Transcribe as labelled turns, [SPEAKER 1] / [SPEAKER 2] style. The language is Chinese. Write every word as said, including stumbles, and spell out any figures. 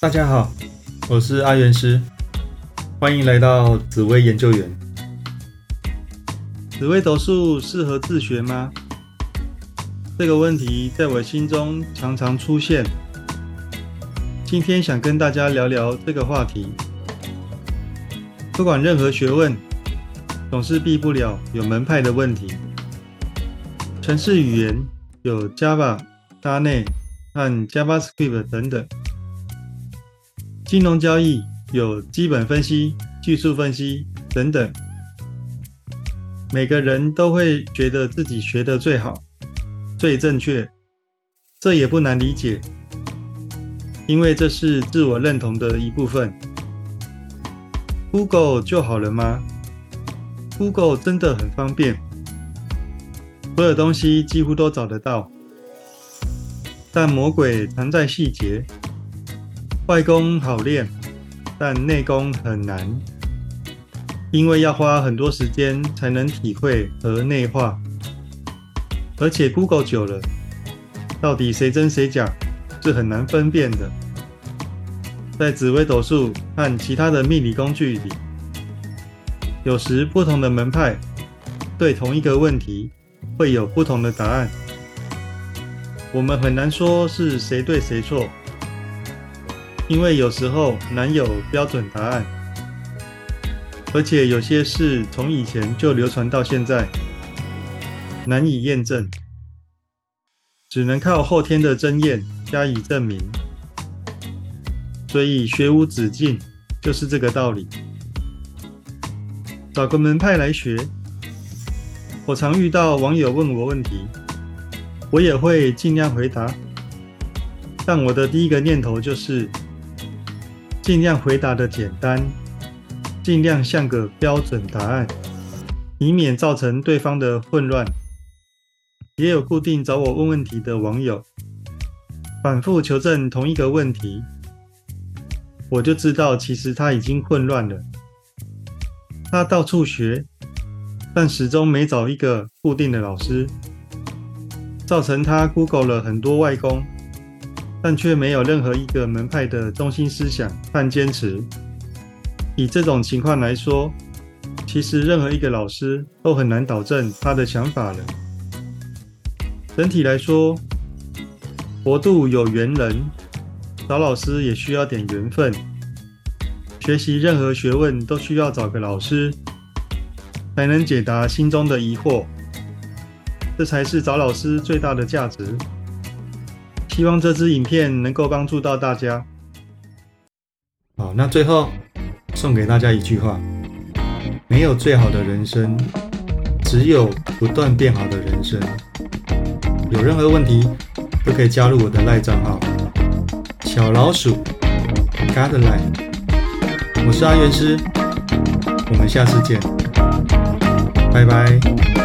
[SPEAKER 1] 大家好，我是阿元师，欢迎来到紫微研究员。紫微斗数适合自学吗？这个问题在我心中常常出现。今天想跟大家聊聊这个话题。不管任何学问，总是避不了有门派的问题。程式语言有 Java、Dart 和 JavaScript 等等。金融交易有基本分析、技术分析等等。每个人都会觉得自己学得最好、最正确，这也不难理解，因为这是自我认同的一部分。Google 就好了吗？ Google 真的很方便，所有东西几乎都找得到，但魔鬼藏在细节。外功好练，但内功很难，因为要花很多时间才能体会和内化。而且 Google 久了，到底谁真谁假是很难分辨的。在紫微斗数和其他的命理工具里，有时不同的门派对同一个问题会有不同的答案，我们很难说是谁对谁错，因为有时候难有标准答案，而且有些事从以前就流传到现在，难以验证，只能靠后天的经验加以证明。所以学无止境就是这个道理。找个门派来学，我常遇到网友问我问题，我也会尽量回答，但我的第一个念头就是尽量回答的简单，尽量像个标准答案，以免造成对方的混乱。也有固定找我问问题的网友，反复求证同一个问题，我就知道其实他已经混乱了。他到处学，但始终没找一个固定的老师，造成他 Google 了很多外功，但却没有任何一个门派的中心思想和坚持。以这种情况来说，其实任何一个老师都很难导正他的想法了。整体来说，佛度有缘人，找老师也需要点缘分。学习任何学问都需要找个老师，才能解答心中的疑惑，这才是找老师最大的价值。希望这支影片能够帮助到大家。好，那最后送给大家一句话：没有最好的人生，只有不断变好的人生。有任何问题都可以加入我的 LINE 账号小老鼠 Godline， 我是阿元师，我们下次见，拜拜。